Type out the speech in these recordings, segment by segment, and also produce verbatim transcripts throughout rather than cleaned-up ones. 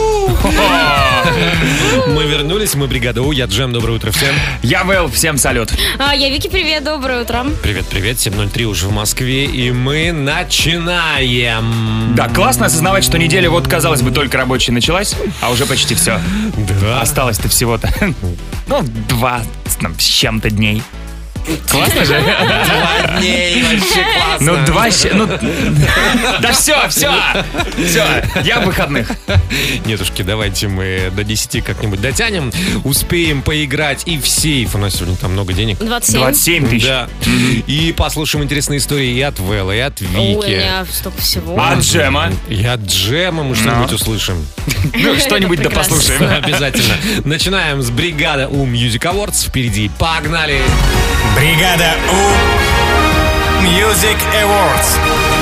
Мы вернулись, мы бригада У, я Джем, доброе утро всем. Я Вэл, всем салют. А, я Вики, привет, доброе утро. Привет-привет, семь ноль три уже в Москве, и мы начинаем. Да, классно осознавать, что неделя вот, казалось бы, только рабочая началась, а уже почти все. Да. Осталось-то всего-то, ну, два там, с чем-то дней. Классно же? Два дней, вообще классно. Ну, два... Ну, да все, все, все, я в выходных. Нетушки, давайте мы до десяти как-нибудь дотянем. Успеем поиграть и в сейф. У нас сегодня там много денег. двадцать семь. двадцать семь тысяч. Да. И послушаем интересные истории и от Вэлла, и от Вики. Ой, у меня столько всего. А от Джема? И от Джема мы что-нибудь услышим. Ну, что-нибудь да послушаем. Обязательно. Начинаем с бригада У Music Awards. Впереди. Погнали! Бригада У Music Awards.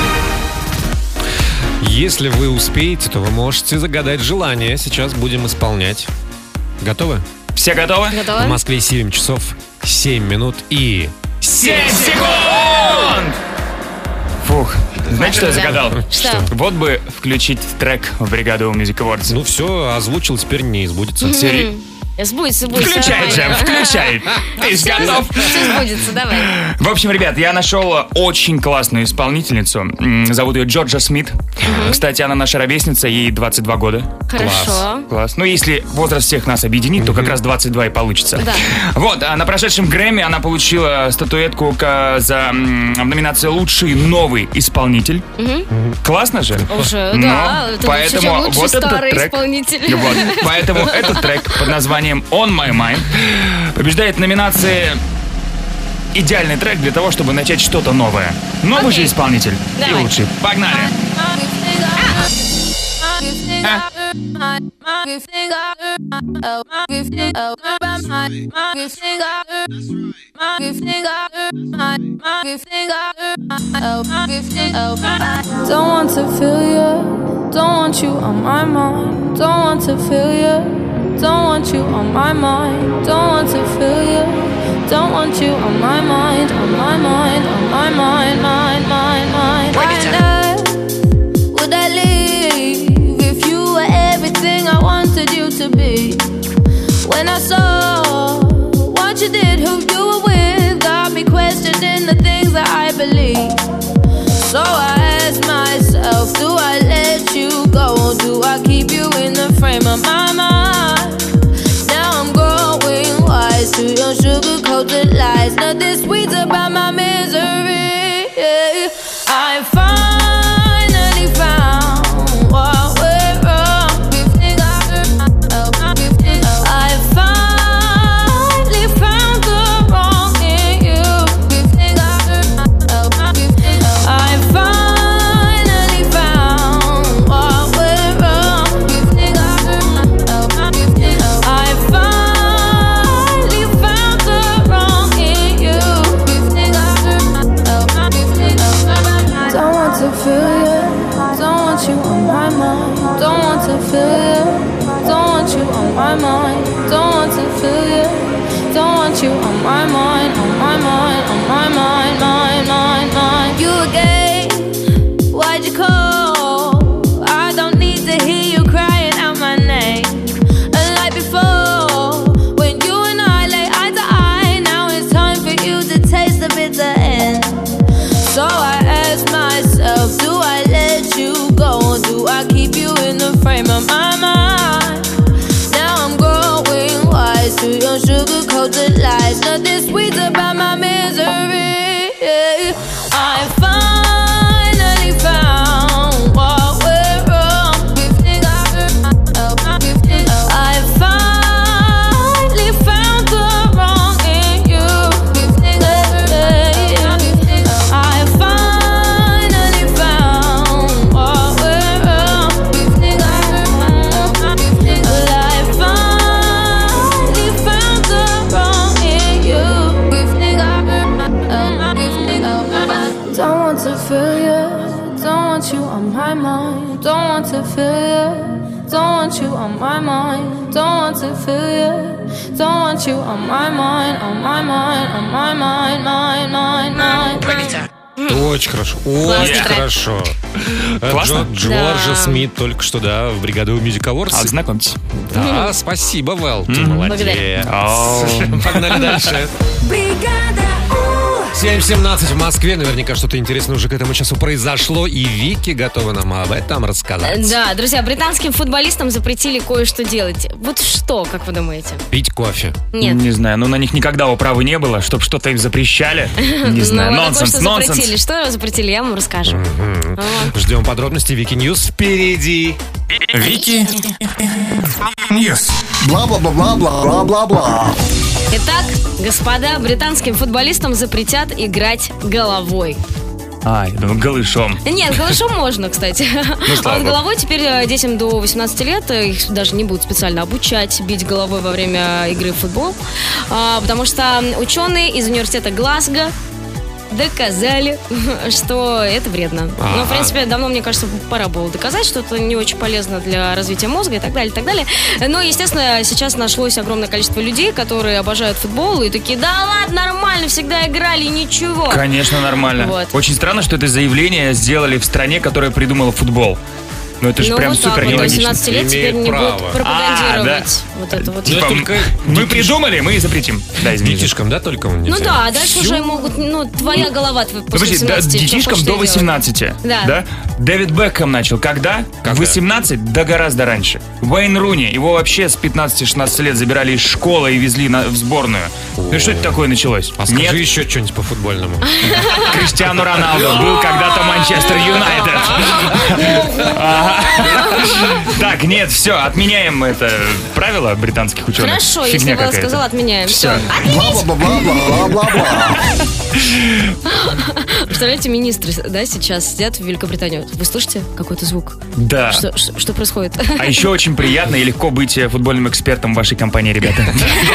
Если вы успеете, то вы можете загадать желание. Сейчас будем исполнять. Готовы? Все готовы? В Готовы? Москве семь часов семь минут и... семь секунд! Фух, знаете, что я загадал? Что? Вот бы включить трек в бригаду Music Awards. Ну все, озвучил, теперь не сбудется. Сери- Сбудется, сбудется. Включай, Джем, включай. Ты ж готов? Все сбудется, давай. В общем, ребят, я нашел очень классную исполнительницу. М, Зовут ее Джорджа Смит. Кстати, она наша ровесница, ей двадцать два года. Хорошо. Класс. Ну, если возраст всех нас объединить, то как раз двадцать два и получится. Да. Вот, а на прошедшем Грэмми она получила статуэтку к- за м, в номинации «Лучший новый исполнитель». Классно же? Уже, Но да. Это лучше, чем поэтому лучший вот этот старый трек. исполнитель. Вот, поэтому этот трек под названием «On My Mind» побеждает в номинации «Идеальный трек для того, чтобы начать что-то новое». Новый Окей. же исполнитель и Давай. лучший. Погнали! Don't want to feel you, don't want you on my mind. Don't want to feel you, don't want you on my mind. Don't want to feel you, don't want you on my mind, on my mind, on my mind, mind, mind, mind. Why would I leave if you were everything I wanted you to be? When I saw what you did, who you were with, got me questioning the things that I believe. So I ask myself, do I let you go? Do I keep you in the frame of my mind? Now I'm growing wise to your sugar-coated lies. Nothing sweet about my misery. Yeah. I finally found what went wrong. I finally found the wrong in you. I finally found what went wrong. I finally found the wrong in you. Don't want to feel you, don't want you on my mind. Don't want to feel you, don't want you on my mind. Don't want to feel you, don't want you on my mind, on my mind, on my mind, mind, mind, mind. You again, why'd you call? I don't need to hear you crying out my name. Unlike before, when you and I lay eye to eye, now it's time for you to taste the bitter end. So I ask myself, do I let you go? Do I keep you in the frame of my mind? Now I'm growing wise to your sugar-coated lies. Nothing sweet about my misery. Yeah. I finally found what went wrong. I finally found the wrong in you. I finally found what went wrong. I finally found the wrong in you. Don't want to feel you, don't want you on my mind. Don't want to feel you, don't want you on my mind. Don't want to feel you, don't want you on my mind, on my mind, on my mind, mind, mind, mind. Очень хорошо. Очень трек. хорошо. Классно? Джо- Джорджа Да. Смит только что, да, в бригаду Music Awards. А, знакомьтесь. Да, спасибо, Вэл, ты молодец. Ау. Погнали дальше. семь семнадцать в Москве. Наверняка что-то интересное уже к этому часу произошло. И Вики готова нам об этом рассказать. Да, друзья, британским футболистам запретили кое-что делать. Вот что, как вы думаете? Пить кофе. Нет. Не знаю, ну на них никогда управы не было, чтобы что-то им запрещали. Не знаю, Ну, вот нонсенс, такое, что запретили. нонсенс. Что запретили, я вам расскажу. Вот. Ждем подробностей. Вики Ньюс впереди. Вики Ньюс. Бла-бла-бла-бла-бла-бла-бла. Итак, господа, британским футболистам запретят играть головой. А, я думаю, голышом. Нет, голышом можно, кстати. Ну, слава А вот богу. головой теперь э, детям до восемнадцати лет э, их даже не будут специально обучать бить головой во время игры в футбол. А, Потому что ученые из университета Глазго доказали, что это вредно. Ага. Но, в принципе, давно, мне кажется, пора было доказать, что это не очень полезно для развития мозга и так далее, и так далее. Но, естественно, сейчас нашлось огромное количество людей, которые обожают футбол и такие: да ладно, нормально, всегда играли, ничего. Конечно, нормально. Вот. Очень странно, что это заявление сделали в стране, которая придумала футбол. Ну это же Ну, прям вот так супер вот, до нелогично. восемнадцати лет теперь Имеют не право. будут пропагандировать А, вот это вот. Ну, Типа, только мы детиш- придумали, мы и запретим. Да, извините. Детишкам, да, только он нельзя? Ну да, а дальше уже могут, ну, твоя голова твоя после Подожди, да, восемнадцати, что детишкам хочешь, до ты делай. восемнадцати. Да. Дэвид Бекхэм начал. Когда? Когда? восемнадцать, да гораздо раньше. Уэйн Руни, его вообще с пятнадцати-шестнадцати лет забирали из школы и везли на- в сборную. Ну что это такое началось? А скажи Нет, еще что-нибудь по футбольному. Криштиану Роналду был когда-то Манчестер Юнайтед. Ага. Так, нет, все, отменяем это правило британских ученых. Хорошо, если Фигня Вэлла какая-то. сказала, отменяем. Всё. Все. Бла-бла-бла-бла-бла-бла. Представляете, министры, да, сейчас сидят в Великобритании. Вы слышите какой-то звук? Да. Что, что, что происходит? А еще очень приятно и легко быть э, футбольным экспертом в вашей компании, ребята.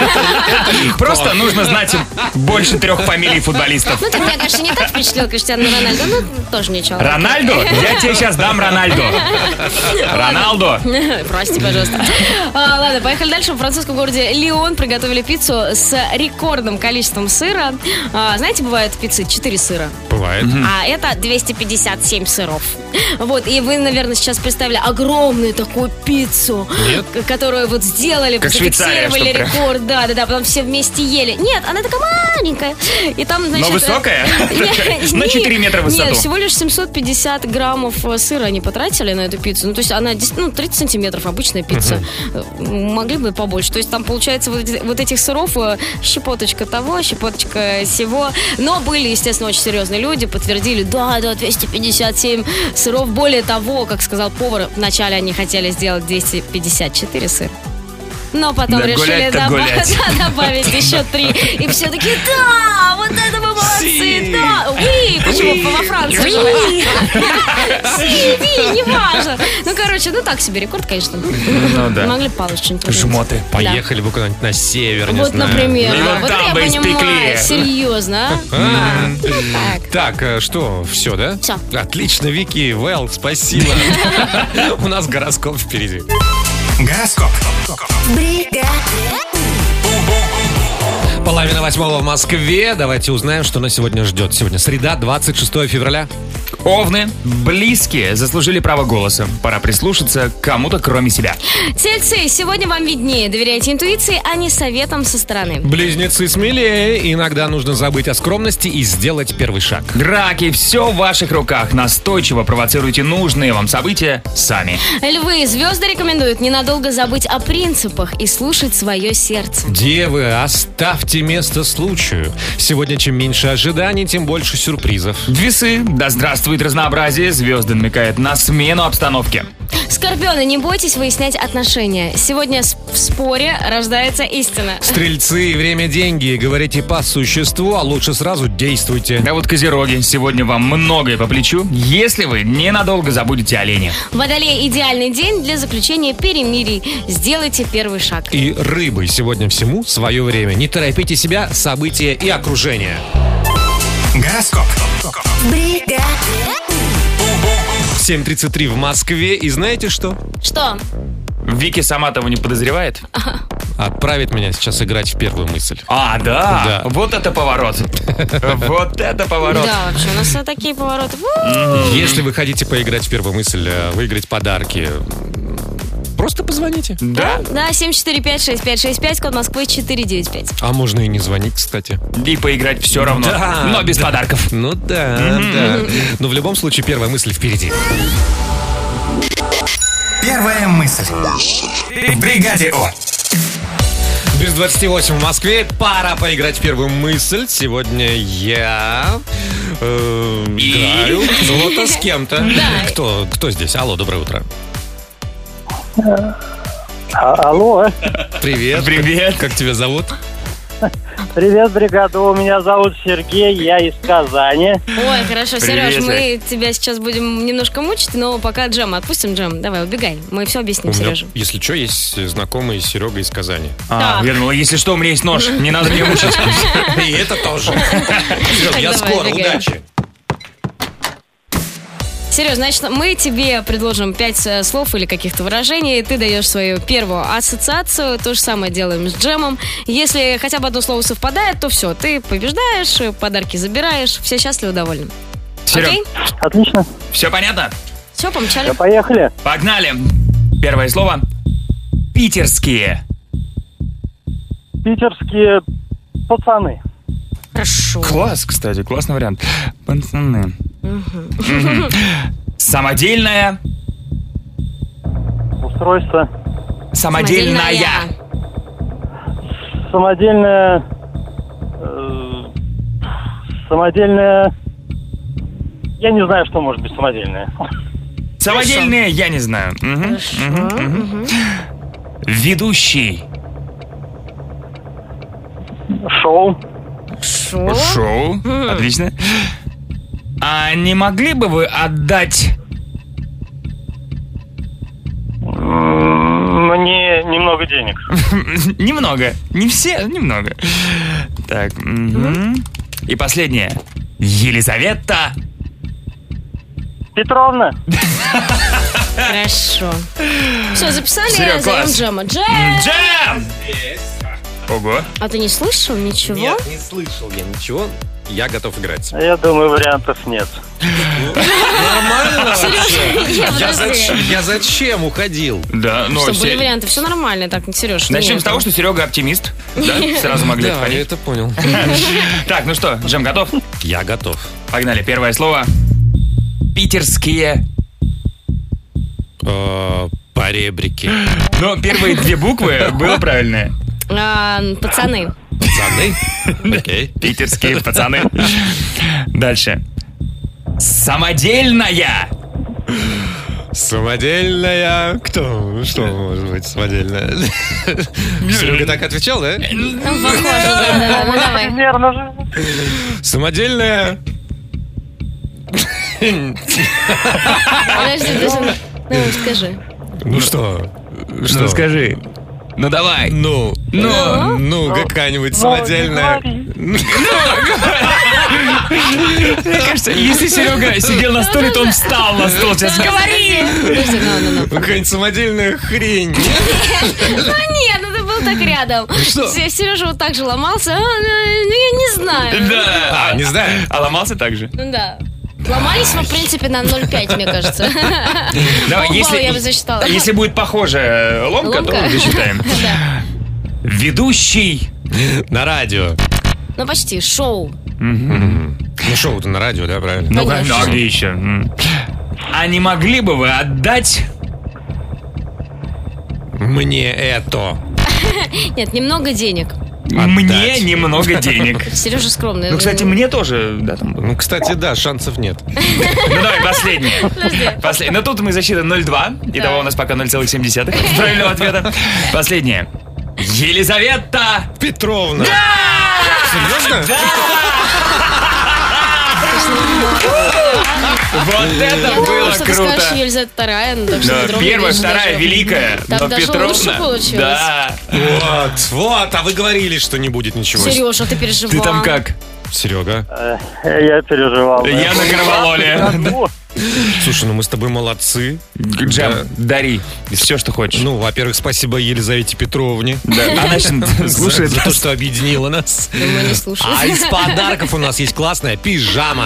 Просто нужно знать больше трех фамилий футболистов. Ну, ты меня, конечно, не так впечатлил, Криштиану Рональдо, ну, тоже ничего. Рональдо? Я тебе сейчас дам Рональдо. Роналдо? Прости, пожалуйста. А, ладно, поехали дальше. В французском городе Лион приготовили пиццу с рекордным количеством сыра. А, знаете, бывают пиццы четыре сыра. Бывает. А это двести пятьдесят семь сыров. Вот, и вы, наверное, сейчас представили огромную такую пиццу, Нет. к- которую вот сделали, Как Швейцария, зафиксировали что прям. рекорд, да, да, да, потом все вместе ели. Нет, она такая маленькая. И там, значит, Но высокая? Нет, На четыре метра в высоту. Нет, всего лишь семьсот пятьдесят граммов э, сыра они потратили на эту пиццу. Ну, то есть она дес- ну, тридцать сантиметров, обычная пицца. Э, Могли бы побольше. То есть там получается вот, эти- вот этих сыров э, щепоточка того, щепоточка сего. Но были, естественно, очень серьезные люди, подтвердили, да, да, двести пятьдесят семь сыров. Более того, как сказал повар, вначале они хотели сделать двести пятьдесят четыре сыра. Но потом Да решили гулять-то доба- гулять. да, добавить еще три. И все такие: да, вот это мы молодцы, да. Уи, почему во Франции живем? Си, ви, неважно. Ну, короче, ну так себе рекорд, конечно. Ну да. Могли бы получше что-нибудь придумать. Жмоты. Поехали бы куда-нибудь на север, не Вот, знаю. например. И да. вот Вот там это бы я испекли. понимаю, серьезно, а? Да. Ну, так. Так, э, что, все, да? Всё. Отлично, Вики, Вэл, спасибо. У нас гороскоп впереди. Гороскоп. Половина восьмого в Москве. Давайте узнаем, что нас сегодня ждет. Сегодня среда, двадцать шестое февраля. Овны, близкие, заслужили право голоса. Пора прислушаться к кому-то, кроме себя. Тельцы, сегодня вам виднее. Доверяйте интуиции, а не советам со стороны. Близнецы смелее. Иногда нужно забыть о скромности и сделать первый шаг. Раки, все в ваших руках. Настойчиво провоцируйте нужные вам события сами. Львы, звезды рекомендуют ненадолго забыть о принципах и слушать свое сердце. Девы, оставьте место случаю. Сегодня чем меньше ожиданий, тем больше сюрпризов. Весы, да здравствует разнообразие. Звезды намекают на смену обстановки. Скорпионы, не бойтесь выяснять отношения. Сегодня с- в споре рождается истина. Стрельцы, время деньги. Говорите по существу, а лучше сразу действуйте. А вот козероги, сегодня вам многое по плечу, если вы ненадолго забудете о лени. Водолей, идеальный день для заключения перемирий. Сделайте первый шаг. И рыбы, сегодня всему свое время. Не торопите себя, события и окружение. Гороскоп. семь тридцать три в Москве. И знаете что? Что? Вики сама того не подозревает. отправит меня сейчас играть в первую мысль. А, да? Да. Вот это поворот. Вот это поворот. Да, вообще, у нас такие повороты. Если вы хотите поиграть в первую мысль, э, выиграть подарки, просто позвоните. Да? Да, семь четыре пять шесть пять шесть пять, код Москвы четыре девять пять. А можно и не звонить, кстати. И поиграть все равно. Да, но без да. подарков. Ну да, да. Но в любом случае первая мысль впереди. Первая мысль. В бригаде У. Без двадцати восьми в Москве. Пора поиграть в первую мысль. Сегодня я э, играю в золото с кем-то. Кто, кто здесь? Алло, доброе утро. А- Алло, Привет. Привет. Как, как тебя зовут? привет, бригада. У меня зовут Сергей, я из Казани. Ой, хорошо, Сереж, Привет, мы тебя сейчас будем немножко мучить, но пока Джем, отпустим Джем. Давай, убегай, мы все объясним У меня, Сереже. если что, есть знакомый Серега из Казани. А, Так. я думал, если что, у меня есть нож. Не надо меня мучить. И это тоже. Серег, я давай, скоро, убегай. удачи. Сереж, значит, мы тебе предложим пять э, слов или каких-то выражений. Ты даешь свою первую ассоциацию. То же самое делаем с Джемом. Если хотя бы одно слово совпадает, то все, ты побеждаешь, э, подарки забираешь. Все счастливы, довольны. Серег, Окей? Отлично, все понятно? Все, помчали. да, поехали. Погнали. Первое слово. Питерские. Питерские пацаны. Хорошо. Класс, кстати, классный вариант. Пацаны. Мгм. Самодельная. Устройство. Самодельная. Самодельное... э, Самодельное... Я не знаю, что может быть самодельное. Самодельные, я не знаю. Мгм, мгм, мгм. Ведущий. Шоу. Шо? Шоу. Отлично. А не могли бы вы отдать... М, Мне немного денег. Немного. Не все, немного. Так. мгм. И последнее. Елизавета. Петровна. Хорошо. Все, записали, Серег, зовем класс. Джема. Джем! Джем! Ого. А ты не слышал ничего? Нет, не слышал я ничего. Я готов играть. Я думаю, вариантов нет. Нормально вообще. Я, Я подожди. зачем, я зачем уходил? Да, ну Что, все- были варианты? Все нормально, так, Сереж. Начнем нет. с того, что Серега оптимист. Да, сразу могли Да, это я понять. это понял. Так, ну что, Джем готов? Я готов. Погнали, первое слово. Питерские. Э, Поребрики. Но первые две буквы было правильное. А, пацаны. Пацаны? Окей. Питерские пацаны. Дальше. Самодельная. Самодельная. Кто? Что может быть самодельная? Серега так отвечал, да? Ну, похоже, да, да, ну давай. Примерно же. Самодельная. Подожди, подожди. Ну, скажи. Ну что? Что? Ну скажи. Ну давай. Ну, Ну. ну, какая-нибудь Ну, не самодельная. говори. Мне кажется, если Серега сидел на стуле, то он встал на стол. Сейчас говори. Подожди, ну, ну, ну. Ну, какая-нибудь самодельная хрень. Ну нет, ну ты был так рядом. что? Сережа вот так же ломался. А, ну, я не знаю. Да. А, не знаю. А ломался так же? Ну да. Ломались мы, в принципе, на ноль пять, мне кажется. Давай, Полбалла я бы засчитала. если будет похожая ломка, Ломка? то засчитаем. Да. Ведущий. На радио. Ну почти, шоу. Ну, шоу-то на радио, да, правильно? Ну, Конечно. ну, а где еще? М. А не могли бы вы отдать... Мне это. Нет, немного денег. Мне немного денег. Сережа скромный. Ну, кстати, мне тоже, да, там было. Ну, кстати, да, шансов нет. Ну, давай, последнее. Последнее. Ну, тут мы засчитаем ноль целых два. Итого у нас пока ноль целых семь десятых правильного ответа. Последнее. Елизавета! Петровна. Серьезно? Вот это Я думала, было что ты скажешь круто! Елизавета вторая, ну так что Да, Петровна, первая, видишь, вторая, даже- великая, Так но даже лучше Петровна... получилось. Да. Вот, вот, а вы говорили, что не будет ничего. Сережа, ты переживал. Ты там как? Серега. Э, Я переживал. Я на Карвалоле. Ну, Слушай, ну мы с тобой молодцы. Джем, Да. дари все, что хочешь. Ну, во-первых, спасибо Елизавете Петровне. Да. Она сейчас слушает за то, нас. что объединила нас. Думаю, не слушает. А из подарков у нас есть классная пижама.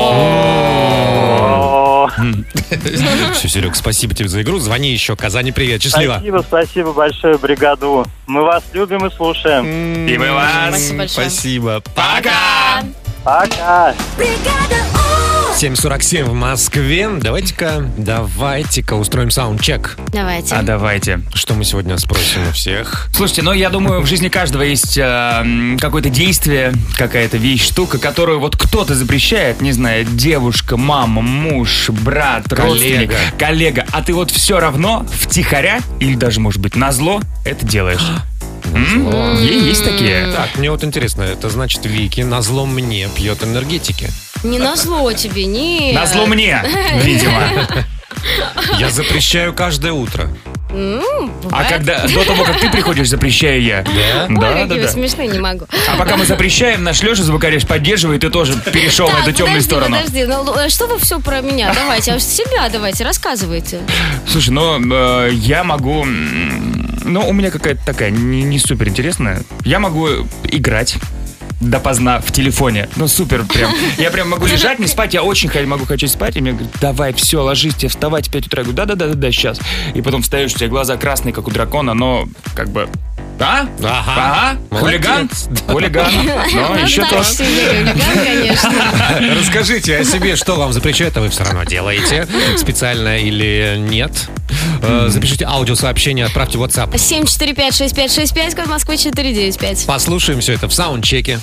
О, Все, Серег, спасибо тебе за игру. Звони еще. Казани, привет. Счастливо. Спасибо, спасибо большое, бригаду. Мы вас любим и слушаем. И мы вас. Спасибо большое. Спасибо. Пока! Пока. семь сорок семь в Москве. Давайте-ка, давайте-ка устроим саундчек. Давайте. А давайте. Что мы сегодня спросим у всех? Слушайте, ну я думаю, в жизни каждого есть э, какое-то действие, какая-то вещь, штука, которую вот кто-то запрещает, не знаю, девушка, мама, муж, брат, Коллега. родственник, коллега, а ты вот все равно втихаря или даже, может быть, назло это делаешь. М? Е- Есть такие. Так, мне вот интересно, это значит, Вики назло мне пьет энергетики. Не назло тебе, не. Назло мне, видимо. Я запрещаю каждое утро. Ну, А бывает. когда до того, как ты приходишь, запрещаю я. Да? Ой, Да, какие да, вы да. смешные, не могу. А пока мы запрещаем, наш Леша звукорежь поддерживает и тоже перешел на Так, эту темную подожди, сторону. подожди, ну э, что вы все про меня? Давайте, а себя давайте, рассказывайте. Слушай, ну э, я могу. м, Ну, у меня какая-то такая не, не супер интересная. Я могу играть допоздна в телефоне. Ну, супер, прям. Я прям могу лежать, не спать, я очень х- могу хочу спать. И мне говорят, давай, все, ложись, тебе вставать в пять утра. Я говорю, да-да-да-да, сейчас. И потом встаешь, у тебя глаза красные, как у дракона, но как бы... А? Ага. Ага. Хулиган? Молодец. Хулиган. Но Ну, еще так то. себе, хулиган, конечно. Расскажите о себе, что вам запрещают, а вы все равно делаете. Специально или нет. Э, Запишите аудиосообщение, отправьте в WhatsApp. семь четыре пять шесть пять шесть пять, код Москвы четыре девять пять. Послушаем все это в саундчеке.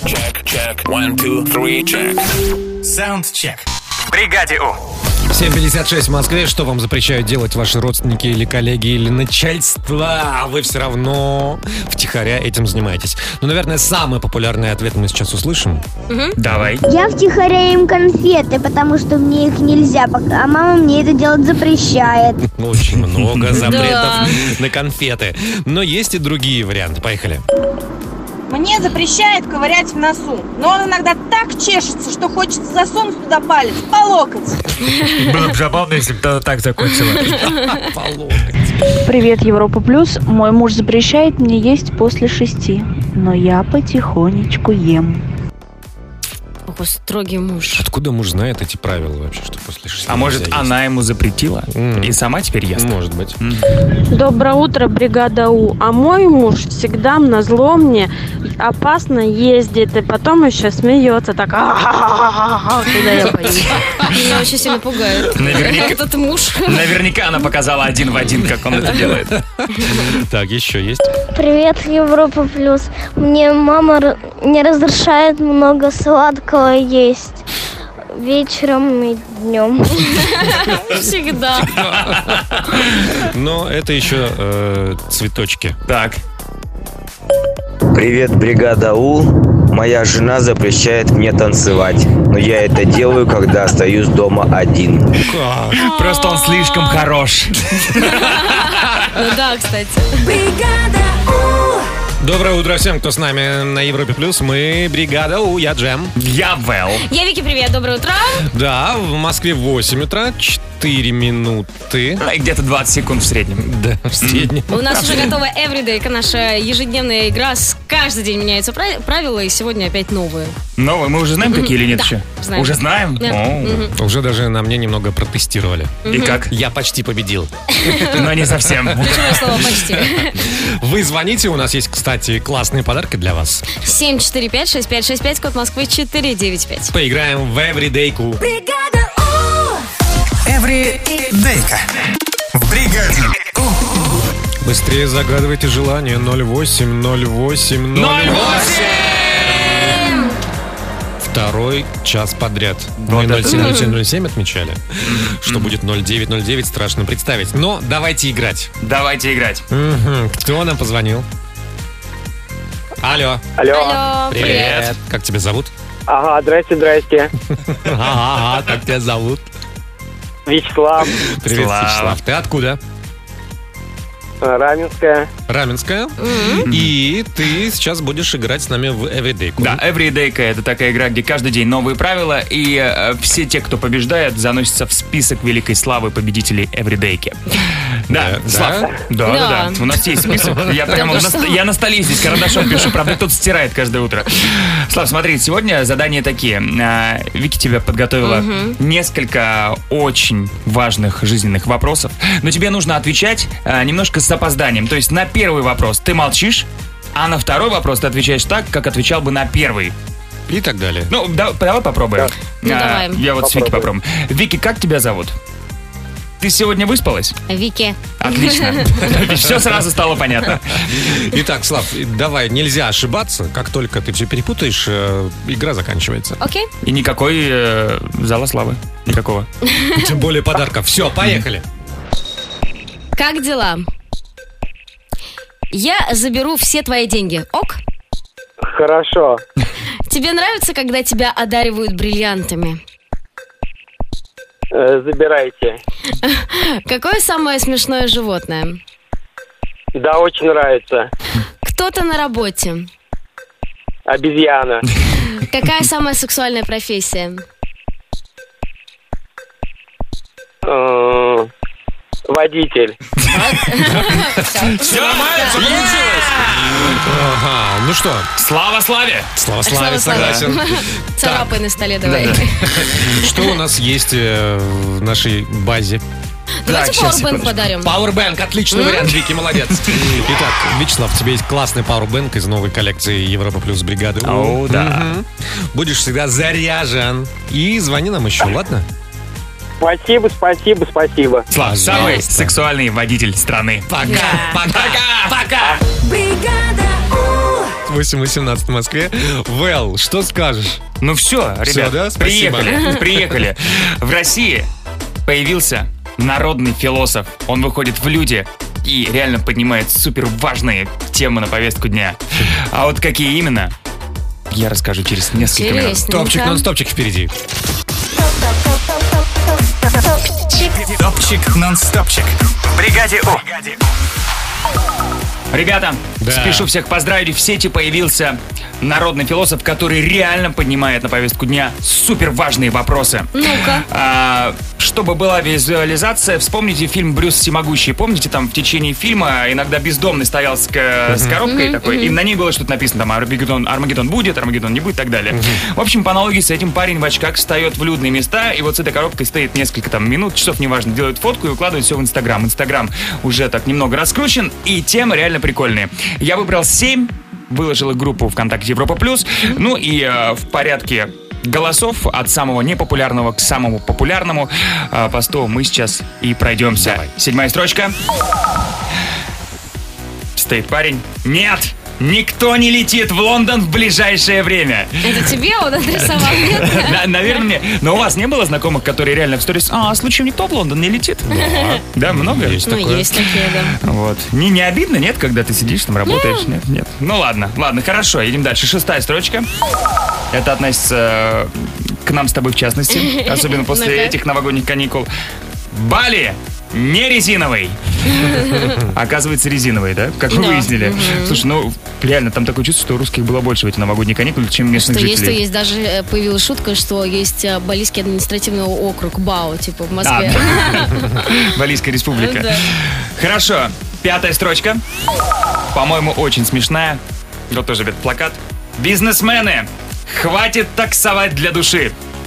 Саундчек. В бригаде У. семь пятьдесят шесть в Москве. Что вам запрещают делать ваши родственники или коллеги или начальство? А вы все равно втихаря этим занимаетесь. Ну, наверное, самый популярный ответ мы сейчас услышим. Давай. Я втихаря им конфеты, потому что мне их нельзя, пока- а мама мне это делать запрещает. Очень много запретов Да. на конфеты. Но есть и другие варианты. Поехали. Мне запрещает ковырять в носу, но он иногда так чешется, что хочется засунуть туда палец по локоть. Было бы забавно, если бы это так закончилось. По локоть. Привет, Европа Плюс. Мой муж запрещает мне есть после шести, но я потихонечку ем. Какой строгий муж. Откуда муж знает эти правила вообще, что после шести А может, нельзя есть? она ему запретила М. и сама теперь ест? Может быть. Доброе утро, бригада У. А мой муж всегда назло мне опасно ездит, и потом еще смеется так. «А-а-а-а-а-а», куда я поеду. Меня очень сильно пугает. Наверняка- Этот муж. Наверняка она показала один в один, как он это делает. Так, еще есть. Привет, Европа Плюс. Мне мама р- не разрешает много сладкого есть вечером и днем. Всегда. Но это еще э, цветочки. Так. Привет, бригада У. Моя жена запрещает мне танцевать, но я это делаю, когда остаюсь дома один. Просто он слишком хорош. Ну да, кстати. Доброе утро всем, кто с нами на Европе Плюс. Мы бригада У, я Джем. Я Вэл. Я Вики, привет, доброе утро. Да, в Москве восемь утра, четыре минуты. И где-то двадцать секунд в среднем. Да, в среднем. У нас уже готова Everyday, наша ежедневная игра. С- Каждый день меняются прав- правила, и сегодня опять новые. Новые, мы уже знаем, какие или нет Да, еще? знаем. Уже знаем? Да. О. Мгм. Уже даже на мне немного протестировали. И как? Я почти победил. Но не совсем. Ключевое слово почти. Вы звоните, у нас есть, кстати, классные подарки для вас. семь четыре пять шесть пять шесть пять, код Москвы четыре девять пять. Поиграем в Everyday Ку. Эвридейка. В бригаде У. Быстрее загадывайте желание. ноль восемь ноль восемь ноль восемь. Второй час подряд. Мы Вот ноль это семь да. ноль семь ноль семь отмечали. Что будет ноль девять ноль девять, страшно представить. Но давайте играть. Давайте играть. Мгм. Кто нам позвонил? Алло. Алло. Алло, привет. Как тебя зовут? Ага, здрасте, здрасте. Ага, как тебя зовут? Вячеслав, Привет, Слава. Вячеслав. Ты откуда? Раменская. Раменская. Mm-hmm. И ты сейчас будешь играть с нами в Everyday. Да, Everyday это такая игра, где каждый день новые правила, и э, все те, кто побеждает, заносятся в список великой славы победителей Everyday. Да, да, Слав. Да? Да, да, да, да. У нас есть список. Я прямо на, я на столе здесь карандашом пишу, правда, кто-то стирает каждое утро. Слав, смотри, сегодня задания такие. Вики тебе подготовила угу. несколько очень важных жизненных вопросов, но тебе нужно отвечать немножко с опозданием. То есть на первый вопрос ты молчишь, а на второй вопрос ты отвечаешь так, как отвечал бы на первый. И так далее. Ну, да, давай попробуем. Да. Ну, а, давай. Я вот попробуем. С Вики попробуем. Вики, как тебя зовут? Ты сегодня выспалась? Вики. Отлично. Все сразу стало понятно. Итак, Слав, давай, нельзя ошибаться. Как только ты все перепутаешь, э, игра заканчивается. Окей. И никакой э, зала славы. Никакого. Тем более подарков. Все, поехали. Как дела? Я заберу все твои деньги. Ок? Хорошо. Тебе нравится, когда тебя одаривают бриллиантами? Забирайте. Какое самое смешное животное? Да, очень нравится. Кто-то на работе? Обезьяна. Какая самая сексуальная профессия? Водитель. Все нормально, все получилось. Ага, ну что? Слава славе! Слава славе, согласен. Царапай на столе давай. Что у нас есть в нашей базе? Давайте пауэрбэнк подарим. Пауэрбэнк, отличный вариант, Вики, молодец. Итак, Вячеслав, у тебя есть классный пауэрбэнк из новой коллекции Европа Плюс бригады. О, да. Будешь всегда заряжен. И звони нам еще, ладно? Спасибо, спасибо, спасибо. Слав, самый сексуальный водитель страны. Пока, пока, пока. восемь восемнадцать в Москве. Вэл, что скажешь? Ну все, ребят, да? приехали, приехали. В России появился народный философ. Он выходит в люди и реально поднимает супер важные темы на повестку дня. А вот какие именно, я расскажу через несколько минут. Топчик, нон-стопчик впереди. Топчик, нон-стопчик. В бригаде У. Ребята, да. спешу всех поздравить. В сети появился народный философ, который реально поднимает на повестку дня супер важные вопросы. Ну-ка. А, чтобы была визуализация, вспомните фильм «Брюс Всемогущий». Помните, там в течение фильма иногда бездомный стоял с, uh-huh. с коробкой uh-huh. такой, uh-huh. и на ней было что-то написано, там Армагеддон, Армагеддон будет, Армагеддон не будет и так далее. Uh-huh. В общем, по аналогии с этим парень в очках встает в людные места, и вот с этой коробкой стоит несколько там минут, часов, неважно, делает фотку и укладывает все в Инстаграм. Инстаграм уже так немного раскручен, и темы реально прикольные. Я выбрал семь, выложил их в группу ВКонтакте Европа Плюс, ну и э, в порядке голосов от самого непопулярного к самому популярному э, посту мы сейчас и пройдемся. Давай. Седьмая строчка. Стоит парень. Нет! Никто не летит в Лондон в ближайшее время. Это тебе он адресовал, нет? Наверное, но у вас не было знакомых, которые реально в сторис: а, случаем никто в Лондон не летит? Да. Да, много? Есть ну, такое. есть такие, да. Вот. Не, не обидно, нет, когда ты сидишь там, работаешь? Нет, нет. Ну ладно, ладно, хорошо, едем дальше. Шестая строчка. Это относится к нам с тобой в частности, особенно после этих новогодних каникул. Бали не резиновый. Оказывается, резиновый, да? Как мы выяснили. Слушай, ну, реально, там такое чувство, что у русских было больше в эти новогодние каникулы, чем местных что жителей. Есть, есть. Даже появилась шутка, что есть Балийский административный округ БАО, типа в Москве. Балийская республика. Хорошо. Пятая строчка. По-моему, очень смешная. Вот тоже этот плакат. Бизнесмены, хватит таксовать для души.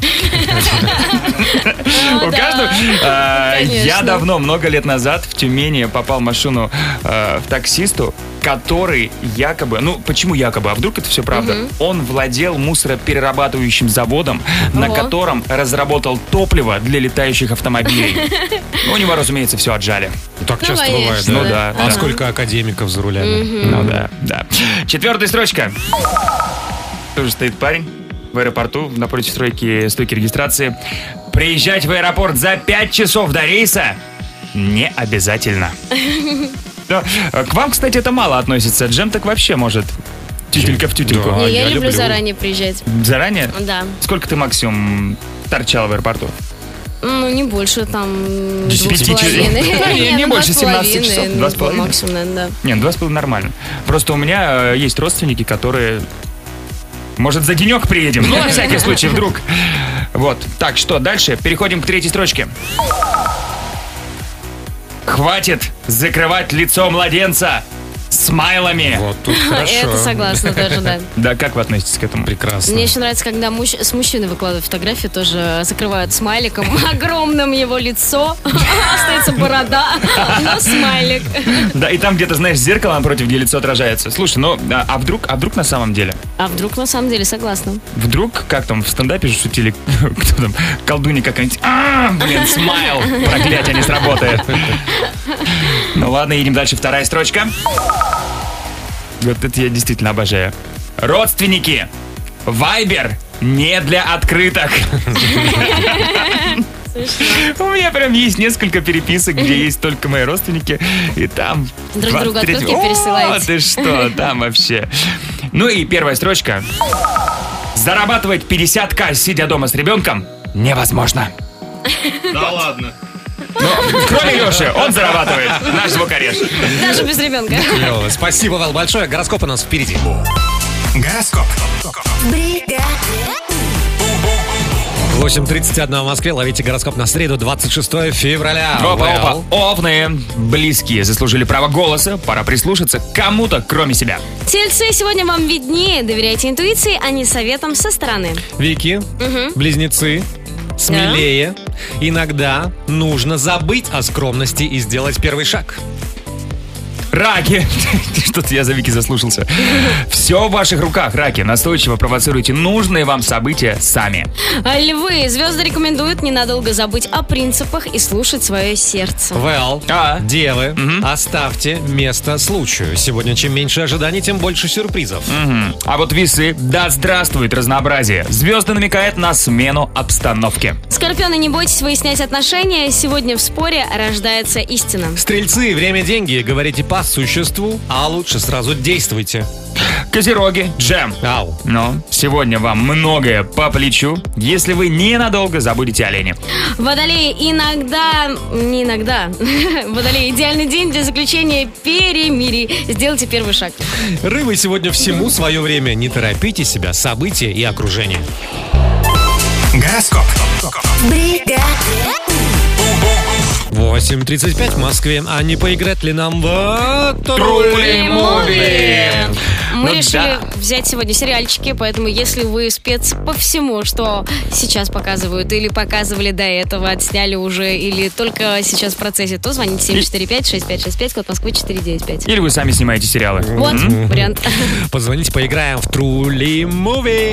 У каждого. Я давно, много лет назад в Тюмени попал в машину в таксисту, который якобы, ну почему якобы, а вдруг это все правда, он владел мусороперерабатывающим заводом, на котором разработал топливо для летающих автомобилей. У него, разумеется, все отжали. Так часто бывает, да? Ну да. А сколько академиков за рулями? Ну да, да. Четвертая строчка. Тоже стоит парень в аэропорту, напротив стройки, стойки регистрации. Приезжать в аэропорт за пять часов до рейса не обязательно. Но, к вам, кстати, это мало относится. Джем так вообще может тютелька в тютельку. Да, не, я, я люблю, люблю заранее приезжать. Заранее? Да. Сколько ты максимум торчала в аэропорту? Ну, не больше, там, Десяти двух с половиной. Не, не ну, больше два с семнадцати половиной, часов, ну, два с половиной. Максимум, наверное, да. Не, ну два с половиной нормально. Просто у меня э, есть родственники, которые... Может, за денек приедем? Ну, на всякий случай, вдруг. Вот. Так, что, дальше? Переходим к третьей строчке. Хватит закрывать лицо младенца смайлами. Вот тут хорошо. Это согласна тоже, да. Да, как вы относитесь к этому? Прекрасно. Мне еще нравится, когда муж- с мужчиной выкладывают фотографии, тоже закрывают смайликом огромным его лицо, остается борода, но смайлик. Да, и там где-то, знаешь, зеркало напротив, где лицо отражается. Слушай, ну, а, а вдруг, а вдруг на самом деле? А вдруг на самом деле согласна? Вдруг, как там в стендапе же шутили, кто там, колдунья какая-нибудь, а, блин, смайл, проклятие, не сработает. Ну ладно, едем дальше, вторая строчка. Вот это я действительно обожаю. Родственники, Вайбер не для открыток. У меня прям есть несколько переписок, где есть только мои родственники, и там... Друг другу двадцать три. открытки пересылаете. О, ты что, там вообще. Ну и первая строчка. Зарабатывать пятьдесят тысяч, сидя дома с ребенком, невозможно. Да ладно. Ну, кроме Леши, он зарабатывает, наш звукорежь. Даже без ребенка. Клево. Спасибо, Вэл, большое. Гороскоп у нас впереди. Гороскоп. восемь тридцать один в Москве. Ловите гороскоп на среду, двадцать шестое февраля. Опа-опа. Овны, близкие, заслужили право голоса. Пора прислушаться к кому-то, кроме себя. Тельцы, сегодня вам виднее. Доверяйте интуиции, а не советам со стороны. Вики, Угу. близнецы, смелее. Иногда нужно забыть о скромности и сделать первый шаг. Раки. Что-то я за Вики заслушался. Все в ваших руках, раки. Настойчиво провоцируйте нужные вам события сами. А львы, звезды рекомендуют ненадолго забыть о принципах и слушать свое сердце. Вэл, А. девы, оставьте место случаю. Сегодня чем меньше ожиданий, тем больше сюрпризов. Мгм. А вот весы, да здравствует разнообразие. Звезды намекают на смену обстановки. Скорпионы, не бойтесь выяснять отношения. Сегодня в споре рождается истина. Стрельцы, время деньги. Говорите по существу, а лучше сразу действуйте. Козероги, джем. Ау. Но сегодня вам многое по плечу, если вы ненадолго забудете о лени. Водолеи, иногда, не иногда, Водолеи, идеальный день для заключения перемирий. Сделайте первый шаг. Рыбы, сегодня всему свое время. Не торопите себя, события и окружение. Гороскоп. восемь тридцать пять в Москве. А не поиграть ли нам в Трули-муви? Мы Ну решили да. взять сегодня сериальчики, поэтому если вы спец по всему, что сейчас показывают или показывали до этого, отсняли уже, или только сейчас в процессе, то звоните семь четыре пять шесть пять шесть пять, код Москвы четыре девять пять. Или вы сами снимаете сериалы. Вот М-м. вариант. Позвоните, поиграем в Трули-муви.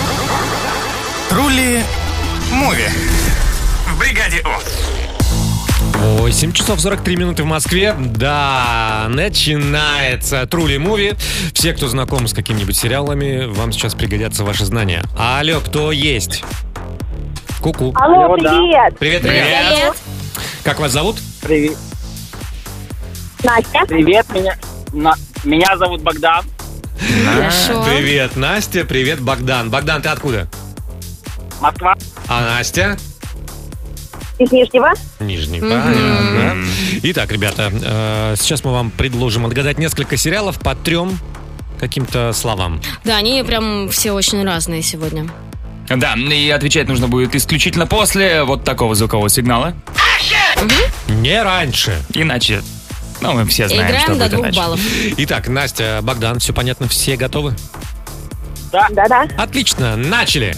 Трули-муви. В бригаде У. восемь часов сорок три минуты в Москве. Да, начинается Трули Муви. Все, кто знаком с какими-нибудь сериалами, вам сейчас пригодятся ваши знания. Алло, кто есть? Ку-ку. Алло, привет. Привет, привет. Привет. Как вас зовут? Привет. Настя. Привет, меня, на- меня зовут Богдан. Хорошо. Привет, Настя. Привет, Богдан. Богдан, ты откуда? Москва. А Настя? Из Нижнего. Нижний, Мгм. понятно. Итак, ребята, э, сейчас мы вам предложим отгадать несколько сериалов по трем каким-то словам. Да, они прям все очень разные сегодня. Да, и отвечать нужно будет исключительно после вот такого звукового сигнала. Не раньше. Иначе, ну, мы все знаем, Играем что до будет двух иначе. баллов. Итак, Настя, Богдан, все понятно, все готовы? Да. Да-да. Отлично, начали.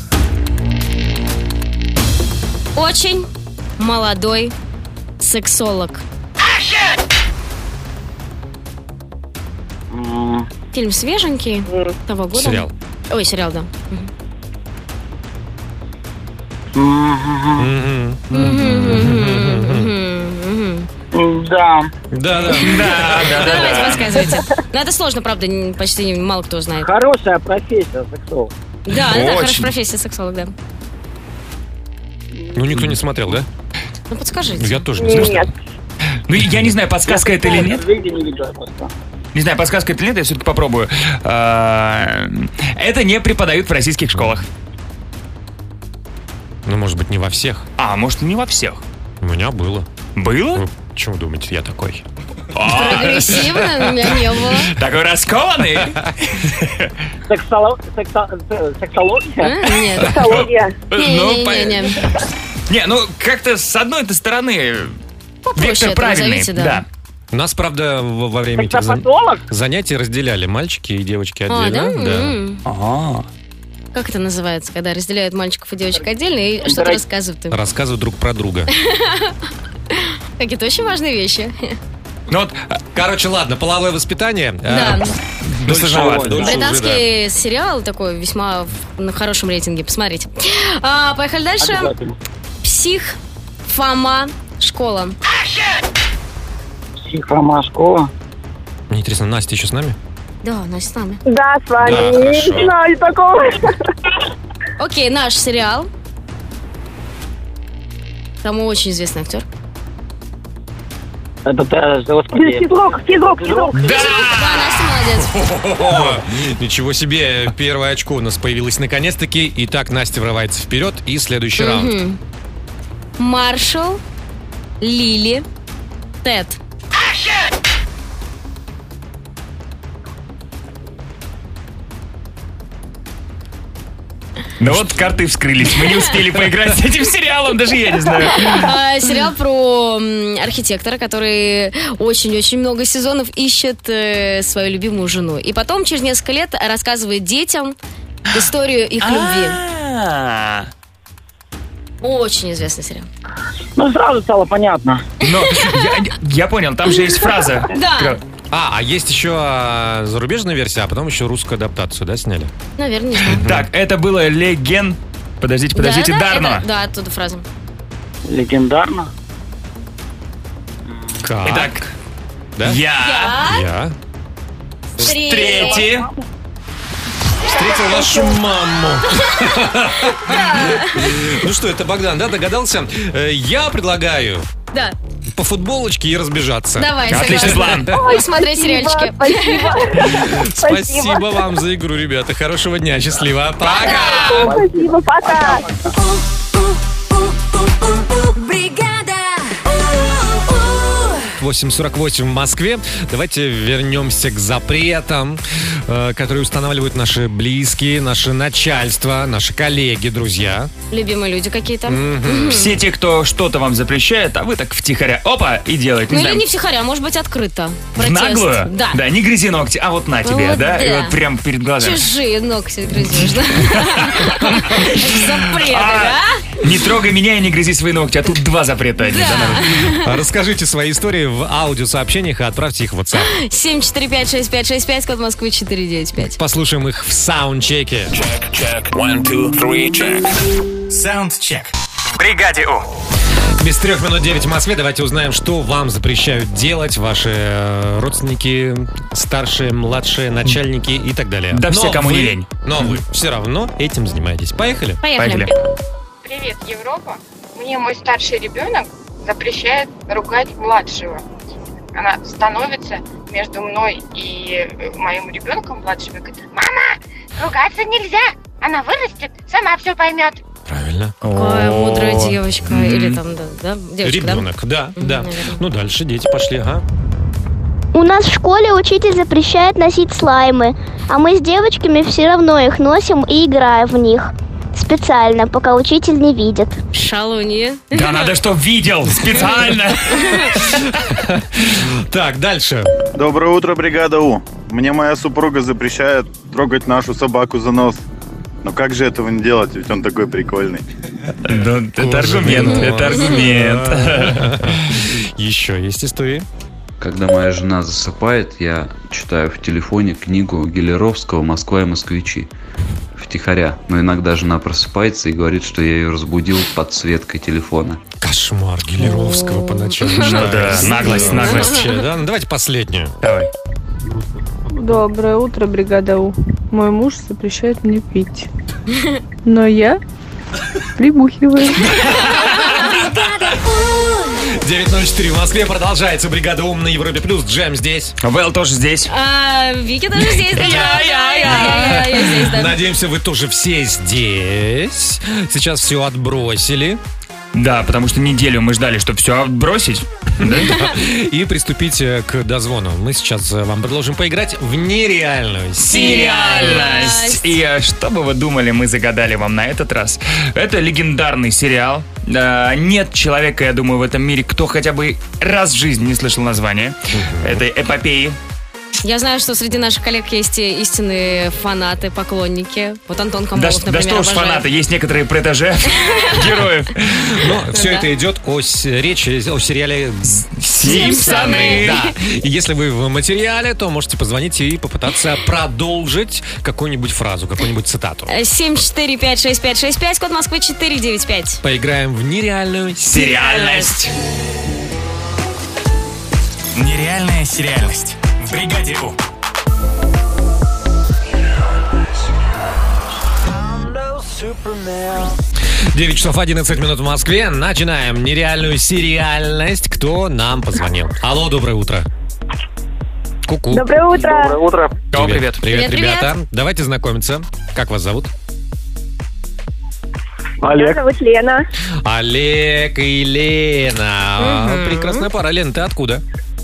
Очень молодой сексолог. М, Фильм свеженький, того года. Сериал. Ой, сериал, да. Мгм. Да. Да, да. Да, да, Давайте, да. подсказывайте. Ну, это сложно, правда, н- почти не- мало кто знает. Хорошая профессия, сексолог. Да, да, хорошая Очень. профессия сексолог, да. Ну, никто не смотрел, да? Ну, подскажите. Я тоже не смотрел. Нет. Ну, я не знаю, подсказка это или нет. Видео не видел просто. Не знаю, подсказка это или нет, я все-таки попробую. А, Это не преподают в российских школах. Ну, может быть, не во всех. А, может, не во всех? У меня было. Было? Вы почему думаете, я такой? Прогрессивно у меня не было. Такой раскованный. Сексология? Нет. Сексология. Не-не-не. Не, ну как-то с одной-то стороны Попроще вектор это правильный. назовите, да. Нас, правда, во во время этих зан- занятий разделяли мальчики и девочки А, отдельно. да? М. Ага. Как это называется, когда разделяют мальчиков и девочек отдельно и что-то рассказывают им? Рассказывают друг про друга. Какие-то очень важные вещи. Ну вот, короче, ладно, половое воспитание. Да. э, Ну, сложновато. дольше уже, Британский сериал такой весьма в- на хорошем рейтинге. Посмотрите. А, поехали дальше. Псих, Фома, школа. Психома школа. да. Мне интересно, Настя еще с нами? Да, Настя с нами. Да, с вами. Да, Не хорошо. знаю такого. Окей, наш сериал. Там очень известный актер. Это, э, господи. Физрук, физрук, физрук. Да, Настя молодец. О, ничего себе, первое очко у нас появилось наконец-таки. Итак, Настя врывается вперед, и следующий раунд. Мгм. Маршал, Лили, Тед. Ну вот карты вскрылись. Мы не успели поиграть с этим сериалом, даже я не знаю. А, Сериал про м, архитектора, который очень-очень много сезонов ищет э, свою любимую жену. И потом через несколько лет рассказывает детям историю их любви. А. Очень известный сериал. Ну, сразу стало понятно. Но я, я понял, там же есть фраза. Да. А, а есть еще а, зарубежная версия, а потом еще русскую адаптацию, да, сняли? Наверное, не знаю. Так, это было Леген. Подождите, подождите, Да, да, Дарно. это- Да, оттуда фраза. Легендарно. Как? Итак, Да? я Я третий. встретил вашу маму. Ну что, это Богдан, да, догадался? Э, Я предлагаю Да, по футболочке и разбежаться. давай, Отличный согласна. план. И смотреть сериальчики. Спасибо. Спасибо вам за игру, ребята. Хорошего дня, счастливо. Пока! Спасибо, пока. восемь сорок восемь в Москве. Давайте вернемся к запретам, э, которые устанавливают наши близкие, наше начальство, наши коллеги, друзья. Любимые люди какие-то. Мгм. Все те, кто что-то вам запрещает, а вы так втихаря, опа, и делаете. Ну Не или знаю, не втихаря, может быть открыто. в Протест. наглую? Да. Да, не грызи ногти, а вот на тебе, Вот да? И да. вот прям перед глазами. Чужие ногти грызешь, да? Запреты, А, да? Не трогай меня и не грызи свои ногти, а тут два запрета. одни, да, народ? А Расскажите свои истории в аудиосообщениях и отправьте их в WhatsApp. семь четыре пять шесть пять шесть пять, код Москвы четыре девять пять. Послушаем их в саундчеке. Саундчек. В бригаде У. Без трех минут девять в Москве. Давайте узнаем, что вам запрещают делать ваши э, родственники, старшие, младшие, начальники и так далее. Да все, кому вы- не лень. Но вы все равно этим занимаетесь. Поехали? Поехали. Привет, Европа. Мне мой старший ребенок запрещает ругать младшего. Она становится между мной и э, моим ребенком младшим и говорит: мама, ругаться нельзя, она вырастет, сама все поймет. Правильно. Какая мудрая девочка. Или там, да, да? Девочка, да? Ребенок, да, да. наверное. Ну, дальше дети пошли, ага. У нас в школе учитель запрещает носить слаймы, а мы с девочками все равно их носим и играем в них. Специально, пока учитель не видит. Шалуньи. Да надо, чтоб видел, специально. Так, дальше. Доброе утро, бригада У. Мне моя супруга запрещает трогать нашу собаку за нос. Но как же этого не делать, ведь он такой прикольный. Да, это аргумент, это аргумент. Еще есть истории. Когда моя жена засыпает, я читаю в телефоне книгу Гелеровского «Москва и москвичи». Втихаря. Но иногда жена просыпается и говорит, что я ее разбудил подсветкой телефона. Кошмар Гелеровского по ночам. Ну да, наглость, наглость. Вообще, да? Ну, давайте последнюю. Давай. Доброе утро, бригада У. Мой муж запрещает мне пить. Но я прибухиваю. девять ноль четыре в Москве. Продолжается бригада Ум на Европе Плюс. Джем здесь. Вэл тоже здесь. А, Вики тоже здесь. да, Я, я, я. я, я здесь, да. Надеемся, вы тоже все здесь. Сейчас все отбросили. Да, потому что неделю мы ждали, чтобы все отбросить. И приступить к дозвону. Мы сейчас вам предложим поиграть в нереальную Сериальность. И э, что бы вы думали, мы загадали вам на этот раз? Это легендарный сериал. Э, Нет человека, я думаю, в этом мире, кто хотя бы раз в жизни не слышал название этой эпопеи. Я знаю, что среди наших коллег есть истинные фанаты, поклонники. Вот Антон Да, Камолов, ш- да например, что уж обожает. фанаты, есть некоторые протеже героев. Но все Да. это идет о с- речи о сериале «Симпсоны». Да. И если вы в материале, то можете позвонить и попытаться продолжить какую-нибудь фразу, какую-нибудь цитату. семь четыре пять шесть пять шесть пять, код Москвы четыре девять пять. Поиграем в нереальную Сериальность. Нереальная сериальность. В бригаде У. девять часов одиннадцать минут в Москве. Начинаем нереальную сериальность. Кто нам позвонил? Алло, доброе утро. Ку-ку. Доброе утро. Доброе утро. О, привет. Привет, Привет, ребята. Давайте знакомиться. Как вас зовут? Меня Олег. зовут Лена. Олег и Лена. Мгм. Прекрасная пара. Лена, ты откуда?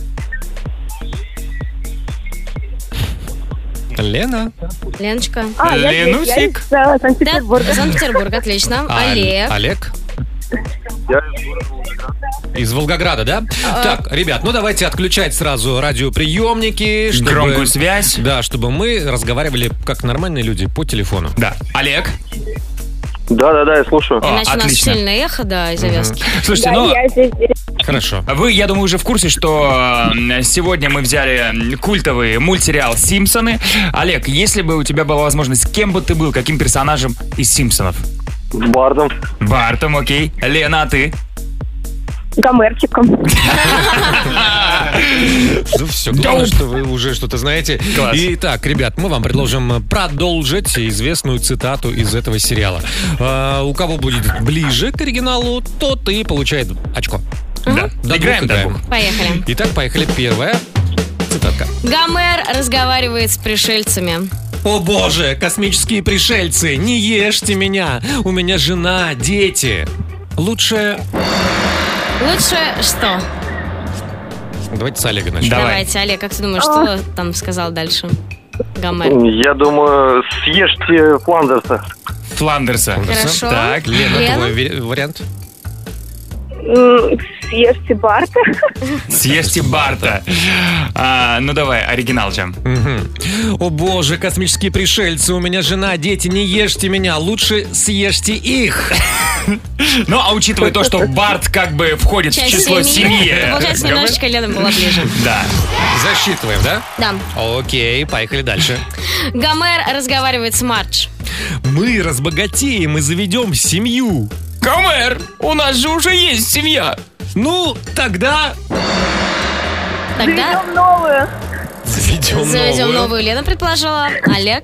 Лена. Леночка. А, я здесь, я Ленусик. из э, Санкт-Петербурга. Да, Санкт-Петербург, отлично. А- Олег. Олег. Я Из Волгограда, да? А. Так, ребят, ну давайте отключать сразу радиоприемники. Чтобы, Громкую связь. Да, чтобы мы разговаривали как нормальные люди по телефону. Да. Олег. Да-да-да, я слушаю. О, Иначе у нас отлично. сильное эхо, да, из завязки. Слушайте, Да, ну, я здесь. Хорошо. вы, я думаю, уже в курсе, что э, сегодня мы взяли культовый мультсериал «Симпсоны». Олег, если бы у тебя была возможность, кем бы ты был, каким персонажем из «Симпсонов»? Бардом. Бартом, окей. Лена, а ты? Гомерчиком. Ну все, главное, что вы уже что-то знаете. Класс. Итак, ребят, мы вам предложим продолжить известную цитату из этого сериала. А, у кого будет ближе к оригиналу, тот и получает очко. Да. До Играем, двух да. играем. Поехали. Итак, поехали. Первая цитатка. Гомер разговаривает с пришельцами. О боже, космические пришельцы, не ешьте меня. У меня жена, дети. Лучше... Лучше что? Давайте с Олега начнем. Давай. Давайте, Олег, как ты думаешь, что там сказал дальше Гомер? Я думаю, съешьте Фландерса. Фландерса. Хорошо. Так, Лена, Лена? твой ве- вариант? М, Съешьте Барта. съешьте Барта. А, ну давай, оригинал, Джем. Мгм. О боже, космические пришельцы, у меня жена, дети, не ешьте меня, лучше съешьте их. Ну, а учитывая то, что Барт как бы входит в Часть число семьи. Это, получается, Гомер? немножечко Лена была ближе. Да. Засчитываем, да? Да. Окей, поехали дальше. Гомер разговаривает с Мардж. Мы разбогатеем и заведем семью. Гомер, у нас же уже есть семья. Ну, тогда Тогда Заведем новую. заведем, заведем новую. новую. Лена предположила. Олег.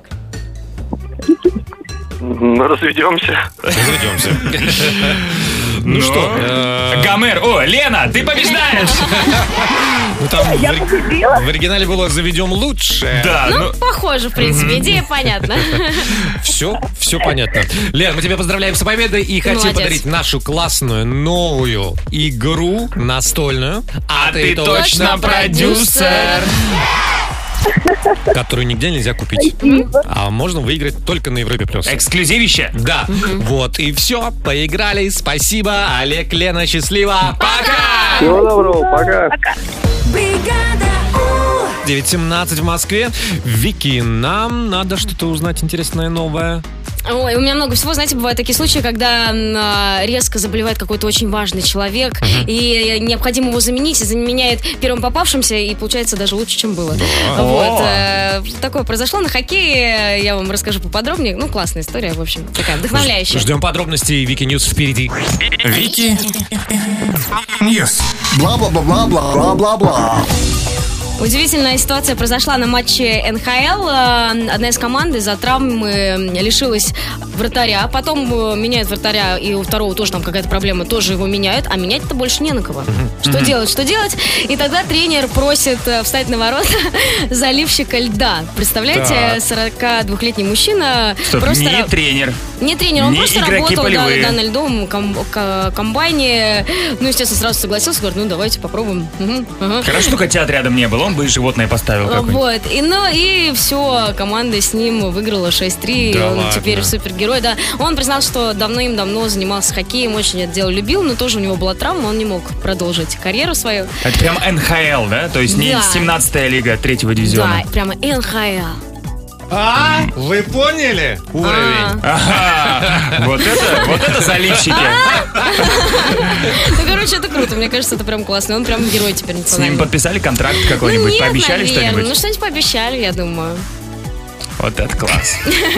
Ну, разведемся. Разведемся. Ну что, э, Гомер, о, Лена, ты побеждаешь. ну там в Я ори- победила. в оригинале было «заведем лучше». Да, Ну, ну, похоже, в принципе. Идея понятна. Все, все понятно. Лен, мы тебя поздравляем с победой и хотим Молодец. подарить нашу классную новую игру настольную. а ты точно продюсер. Которую нигде нельзя купить. Спасибо. А можно выиграть только на Европе плюс. Эксклюзивище. Да, вот и все, поиграли. Спасибо, Олег, Лена, счастливо. Пока! Всего доброго, пока. девять семнадцать в Москве. Вики, нам надо что-то узнать интересное, новое. Ой, у меня много всего. Знаете, бывают такие случаи, когда м, а, резко заболевает какой-то очень важный человек, и необходимо его заменить, и заменяет первым попавшимся, и получается даже лучше, чем было. Вот. э, Такое произошло на хоккее. Я вам расскажу поподробнее. Ну, классная история, в общем, такая вдохновляющая. Ждем подробностей. Вики Ньюс впереди. Вики Ньюс. Бла-бла-бла-бла-бла-бла-бла. Удивительная ситуация произошла на матче эн ха эл. Одна из команд из-за травмы лишилась вратаря. Потом э, меняют вратаря, и у второго тоже там какая-то проблема, тоже его меняют, а менять-то больше не на кого. Что делать, что делать? И тогда тренер просит э, встать на ворота заливщика льда. Представляете, Так. сорокадвухлетний мужчина Стоп, просто... не тренер. Не тренер, он Не просто игроки работал да, полевые. да, на льдом ком- к- комбайне. Ну, естественно, сразу согласился, говорит, ну, давайте попробуем. Угу, ага. Хорошо, что котят рядом не было, он бы и животное поставил какое-нибудь. Вот, и, ну, и все, команда с ним выиграла шесть три, Да и он ладно? теперь супергерой, да. Он признал, что давным-давно занимался хоккеем, очень это дело любил, но тоже у него была травма, он не мог продолжить карьеру свою. Это прям эн ха эл, да? То есть не Да. семнадцатая лига третьего дивизиона. Да, прямо эн ха эл. А, вы поняли уровень? Ага, вот это, вот это заливщики. Ну, короче, это круто, мне кажется, это прям классно. Он прям герой теперь С национальный. ним подписали контракт Ну, какой-нибудь, нет, пообещали наверное. что-нибудь? Ну, что-нибудь пообещали, я думаю. Вот это класс.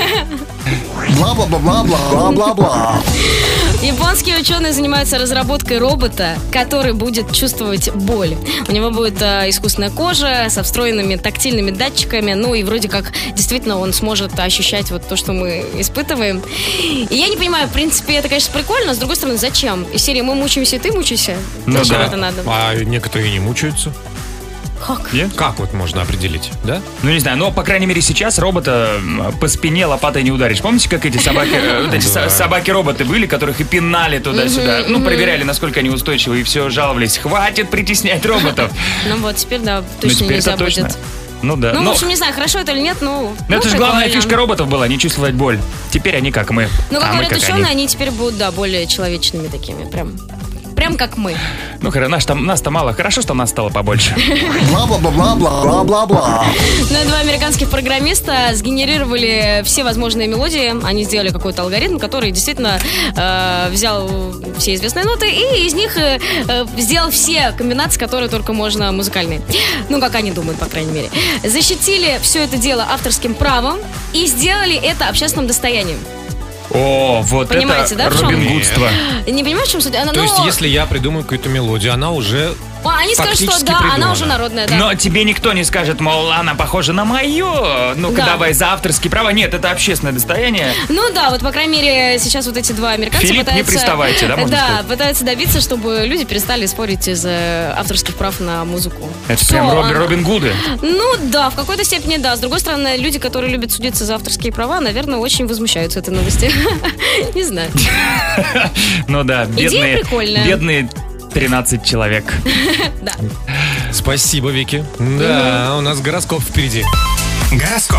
Бла-бла-бла-бла-бла-бла-бла. Японские ученые занимаются разработкой робота, который будет чувствовать боль. У него будет э, искусственная кожа со встроенными тактильными датчиками, ну и вроде как действительно он сможет ощущать вот то, что мы испытываем. И я не понимаю, в принципе, это, конечно, прикольно, но с другой стороны, зачем? Из серии мы мучаемся, и ты мучайся. Ну Зачем да. это надо? А некоторые не мучаются. Как? Нет? Как вот можно определить, да? Ну, не знаю, но, по крайней мере, сейчас робота м, по спине лопатой не ударишь. Помните, как эти собаки, э, вот эти со- собаки-роботы были, которых и пинали туда-сюда? Мгм, Ну, мгм. проверяли, насколько они устойчивы, и все, жаловались. Хватит притеснять роботов. Ну вот, теперь, да, Ну, точно теперь нельзя это точно. будет. Ну да. Ну, Но- в общем, не знаю, хорошо это или нет, но... но это же главная прикольно. фишка роботов была, не чувствовать боль. Теперь они как мы. Ну, как а мы говорят как ученые, они. они теперь будут, да, более человечными такими, прям... Прям как мы. Ну, хорошо, нас там, нас-то мало. Хорошо, что нас стало побольше. Бла-бла-бла-бла-бла-бла-бла. Ну, и два американских программиста сгенерировали все возможные мелодии. Они сделали какой-то алгоритм, который действительно э, взял все известные ноты и из них э, э, сделал все комбинации, которые только можно музыкальные. Ну, как они думают, по крайней мере. Защитили все это дело авторским правом и сделали это общественным достоянием. О, вот Понимаете, да, это в чем? Робин Гудство. Не понимаешь, в чем суть? Она, То ну, есть, если я придумаю какую-то мелодию, она уже а, они скажут, что фактически да, она придумана. уже народная, да. Но тебе никто не скажет, мол, она похожа на мою. Ну-ка, Да. давай за авторские права. Нет, это общественное достояние. Ну да, вот по крайней мере сейчас вот эти два американца Филипп, не пытаются... приставайте, да, можно Да, сказать? пытаются добиться, чтобы люди перестали спорить из-за авторских прав на музыку. Это Всё, прям Робин, а- Робин Гуды. Ну да, в какой-то степени да. С другой стороны, люди, которые любят судиться за авторские права, наверное, очень возмущаются этой новости. Не знаю. Ну да, Идея бедные, прикольная. бедные тринадцать человек. Да. Спасибо, Вики. Да, у нас гороскоп впереди. Гороскоп.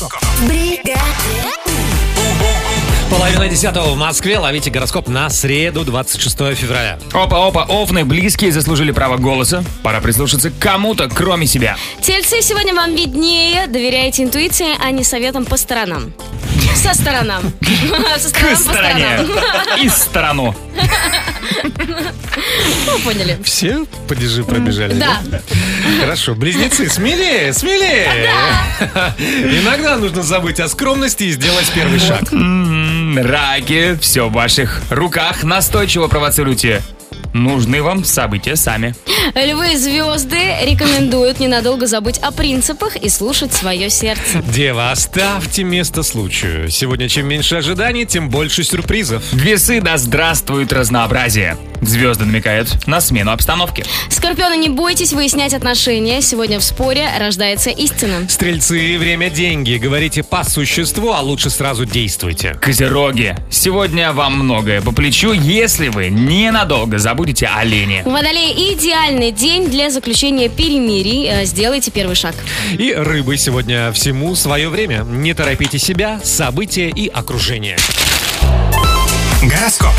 Половина десятого в Москве. Ловите гороскоп на среду, двадцать шестого февраля. Опа-опа, овны, близкие заслужили право голоса. Пора прислушаться к кому-то, кроме себя. Тельцы, сегодня вам виднее. Доверяйте интуиции, а не советам по сторонам. Со сторонам. Со К сторонам по стороне. сторонам. И сторону. Ну, поняли. Все падежи пробежали, Да. да? Хорошо. Близнецы, смелее, смелее. Иногда нужно забыть о скромности и сделать первый шаг. М, Раки, все в ваших руках. Настойчиво провоцируйте. Нужны вам события сами. Львы, звезды рекомендуют ненадолго забыть о принципах и слушать свое сердце. Дева, оставьте место случаю. Сегодня чем меньше ожиданий, тем больше сюрпризов. Весы, да здравствует разнообразие. Звезды намекают на смену обстановки. Скорпионы, не бойтесь выяснять отношения. Сегодня в споре рождается истина. Стрельцы, время деньги. Говорите по существу, а лучше сразу действуйте. Козероги, сегодня вам многое по плечу, если вы ненадолго забудете о лени. Водолей, идеальный день для заключения перемирий. Э, Сделайте первый шаг. И рыбы, сегодня всему свое время. Не торопите себя, события и окружение. Гороскоп.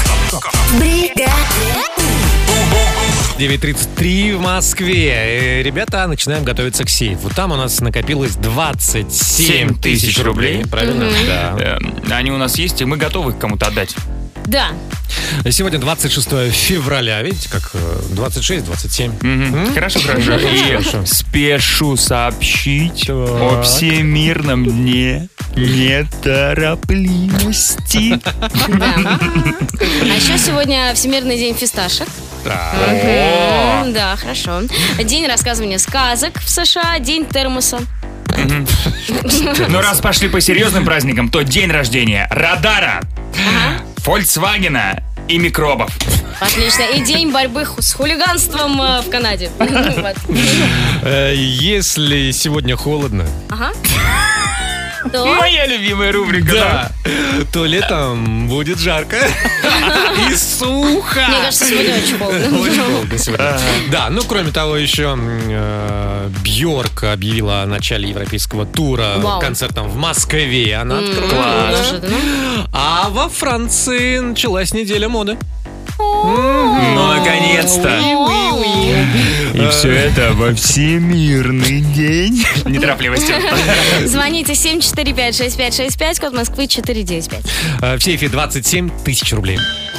девять тридцать три в Москве. Э, Ребята, начинаем готовиться к сейфу. Там у нас накопилось двадцать семь тысяч рублей. Правильно? Мгм. Да. Э, Они у нас есть, и мы готовы их кому-то отдать. Да. Сегодня двадцать шестого февраля. Видите, как э, двадцать шесть двадцать семь. Мгм. Хорошо, хорошо. И Хорошо. спешу сообщить Так. о всемирном дне неторопливости. Да. А еще сегодня Всемирный день фисташек. Так. Мгм. Да, хорошо. День рассказывания сказок в США, день термоса. Ну, раз пошли по серьезным праздникам, то день рождения радара, Фольксвагена и микробов. Отлично. И день борьбы ху- с хулиганством э, в Канаде. Вот. Э, Если сегодня холодно, Ага. Моя любимая рубрика. Да. То летом будет жарко и сухо. Мне кажется, сегодня очень холодно. Очень холодно сегодня. Да, ну кроме того, еще э, Бьорк объявила о начале европейского тура Вау. концертом в Москве. Она М, откроет. неожиданно. А во Франции началась неделя моды. Ну, наконец-то. И все это во Всемирный день неторопливости. Звоните семь четыре пять шесть пять шесть пять, код Москвы четыре девять пять. Э, В сейфе двадцать семь тысяч рублей.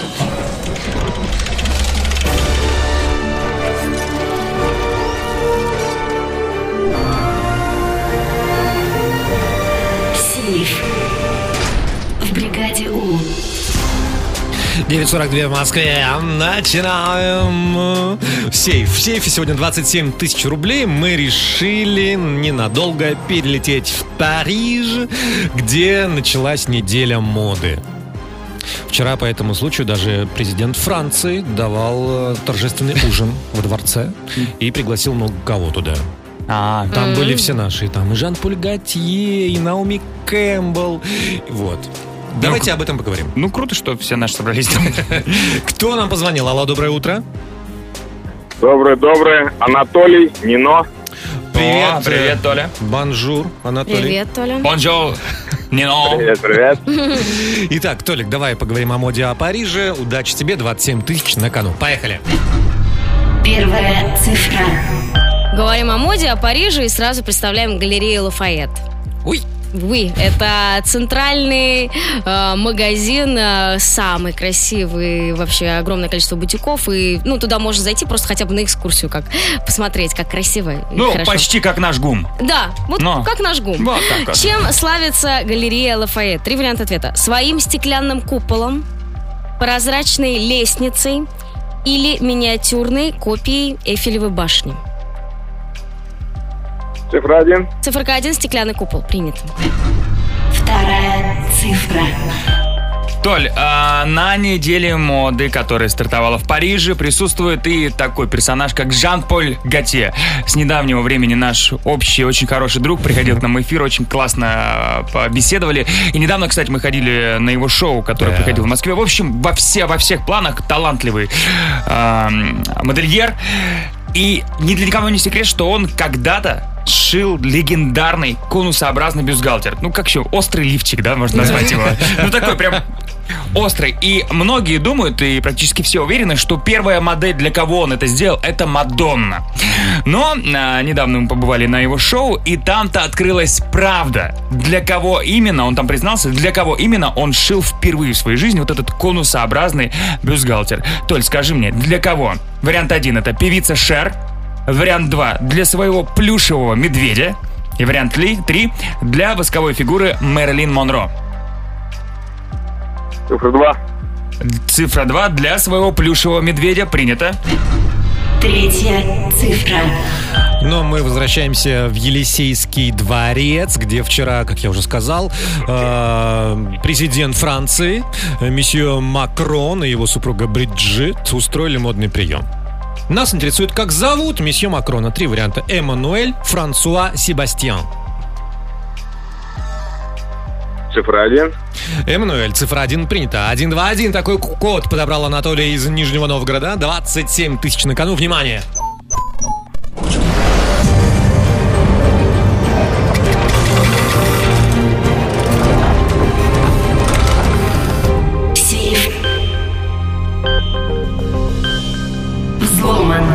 Сейф в бригаде У. девять сорок два в Москве. Начинаем. Сейф. В сейфе сегодня двадцать семь тысяч рублей. Мы решили ненадолго перелететь в Париж, где началась неделя моды. Вчера по этому случаю даже президент Франции давал э, торжественный ужин во дворце и пригласил много кого туда. А, там м. были все наши. Там и Жан-Поль Готье, и Наоми Кэмпбелл. Вот. Давайте об этом поговорим. Ну, круто, что все наши собрались. Кто нам позвонил? Алло, доброе утро. Доброе-доброе. Анатолий, Нино. Привет. О, привет, Толя. Бонжур, Анатолий. Привет, Толя. Бонжур. Нино. Привет, привет. Итак, Толик, давай поговорим о моде о Париже. Удачи тебе, двадцать семь тысяч на кону. Поехали. Первая цифра. Говорим о моде, о Париже и сразу представляем галерею Лафайет. Ой. Вы, это центральный э, магазин, э, самый красивый, вообще огромное количество бутиков, и ну туда можно зайти просто хотя бы на экскурсию, как посмотреть, как красиво и Ну, хорошо. почти как наш ГУМ. Да, вот Но. как наш ГУМ. Вот так вот. Чем славится галерея Лафайет? Три варианта ответа. Своим стеклянным куполом, прозрачной лестницей или миниатюрной копией Эйфелевой башни. Цифра один. Циферка один, стеклянный купол. Принято. Вторая цифра. Толь, а на неделе моды, которая стартовала в Париже, присутствует и такой персонаж, как Жан-Поль Готье. С недавнего времени наш общий, очень хороший друг приходил к нам в эфир, очень классно побеседовали. И недавно, кстати, мы ходили на его шоу, которое Да. проходило в Москве. В общем, во, все, во всех планах талантливый э, модельер. И ни для кого не секрет, что он когда-то сшил легендарный конусообразный бюстгальтер. Ну, как еще, острый лифчик, да, можно назвать его. Ну, такой прям острый. И многие думают, и практически все уверены, что первая модель, для кого он это сделал, это Мадонна. Но а, недавно мы побывали на его шоу, и там-то открылась правда. Для кого именно, он там признался, для кого именно он сшил впервые в своей жизни вот этот конусообразный бюстгальтер. Толь, скажи мне, для кого? Вариант один — это певица Шер. Вариант два — для своего плюшевого медведя. И вариант три — для восковой фигуры Мэрилин Монро. Цифра два. Цифра два — для своего плюшевого медведя. Принято. Третья цифра. Но мы возвращаемся в Елисейский дворец, где вчера, как я уже сказал, э, президент Франции, э, месье Макрон и его супруга Бриджит устроили модный прием. Нас интересует, как зовут месье Макрона. Три варианта. Эммануэль, Франсуа, Себастьян. Цифра один. Эммануэль, цифра один принята. один два один. Такой код подобрал Анатолий из Нижнего Новгорода. двадцать семь тысяч на кону. Внимание! Сейф взломан.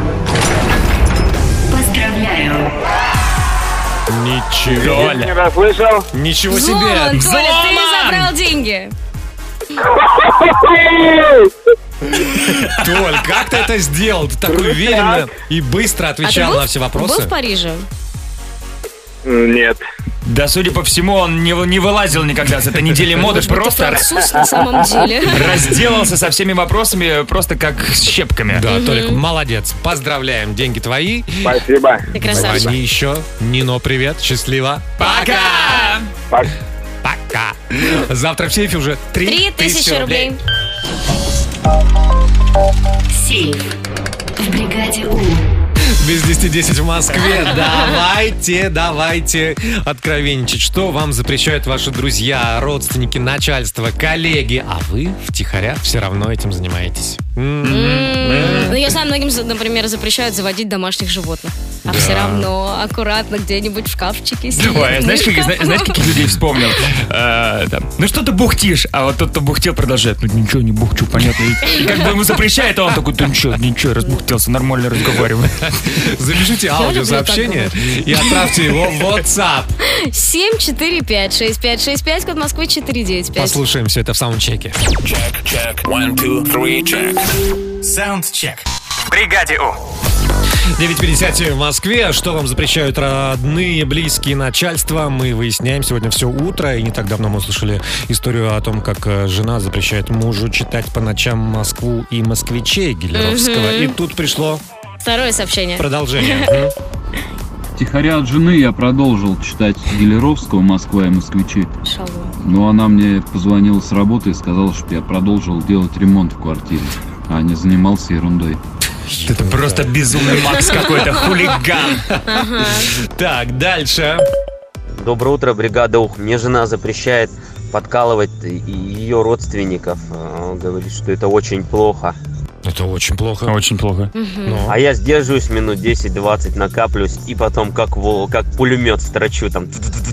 Поздравляю. Ничего. Не расслышал. Ничего Взломан, себе. Толя, ты забрал деньги. Толь, как ты это сделал? Ты так уверенно и быстро отвечал а ты был, на все был вопросы. в Париже? Нет. Да, судя по всему, он не, не вылазил никогда с этой недели моды. Ты Просто француз на самом деле. разделался со всеми вопросами просто как с щепками. Да, Толик, молодец. Поздравляем, деньги твои. Спасибо. Ты красавчик. Звони еще. Нино, привет, счастливо. Пока! Пока. Пока. Завтра в сейфе уже три Три тысячи рублей. Сейф в бригаде У. Без десяти десять в Москве. Давайте, давайте откровенничать. Что вам запрещают ваши друзья, родственники, начальство, коллеги, а вы втихаря все равно этим занимаетесь? Ну, я знаю, многим, например, запрещают заводить домашних животных. А Да. все равно аккуратно где-нибудь в шкафчике сидит. Ой, а знаешь, как, мышка. зна- знаешь, каких людей вспомнил? Э, там, ну что ты бухтишь? А вот тот, кто бухтел, продолжает. Ну ничего, не бухчу, понятно. И, и как бы ему запрещает, а он такой, да ничего, ничего, разбухтелся, нормально разговариваем. Запишите люблю аудиосообщение и отправьте его в WhatsApp. семь четыре пять шесть пять шесть пять, код Москвы четыре девять пять. Послушаем все это в саундчеке. Check, check. One, two, three, check. Саундчек. В бригаде У. девять пятьдесят в Москве. Что вам запрещают родные, близкие, начальство? Мы выясняем сегодня все утро. И не так давно мы услышали историю о том, как э, жена запрещает мужу читать по ночам Москву и москвичей Гелеровского. Мгм. И тут пришло Второе сообщение. продолжение. Втихаря от жены я продолжил читать Гелеровского «Москва и москвичи». Шалун. Но она мне позвонила с работы и сказала, что я продолжил делать ремонт в квартире, а не занимался ерундой. Это просто безумный Макс какой-то, хулиган. Так, дальше. Доброе утро, бригада Ух. Мне жена запрещает подкалывать ее родственников. Э, Говорит, что это очень плохо. Это очень плохо. Очень плохо. Но. А я сдерживаюсь минут десять-двадцать, накаплюсь и потом как, вол, как пулемет строчу там.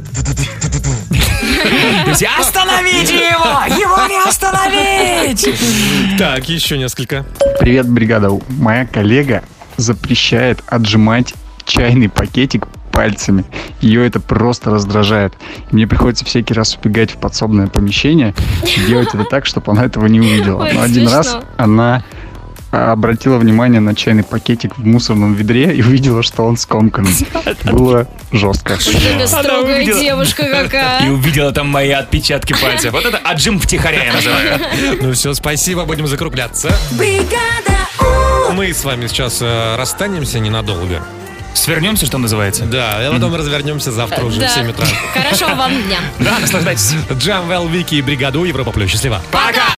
Остановите его! Его не остановить! Так, еще несколько. Привет, бригада У. Моя коллега запрещает отжимать чайный пакетик пальцами. Ее это просто раздражает. И мне приходится всякий раз убегать в подсобное помещение и делать это так, чтобы она этого не увидела. Ой, Но один смешно. раз она а, обратила внимание на чайный пакетик в мусорном ведре и увидела, что он скомканный. Было жестко. Какая строгая увидела. девушка И какая. увидела там мои отпечатки пальцев. Вот это отжим втихаря я называю. Ну все, спасибо, будем закругляться. Мы с вами сейчас э, расстанемся ненадолго. Свернемся, что называется. Да, а потом развернемся завтра уже Да. в семь утра. Хорошего вам дня. Да, наслаждайтесь. Джамвел, Вики и Бригаду Европа Плюс. Счастливо. Пока!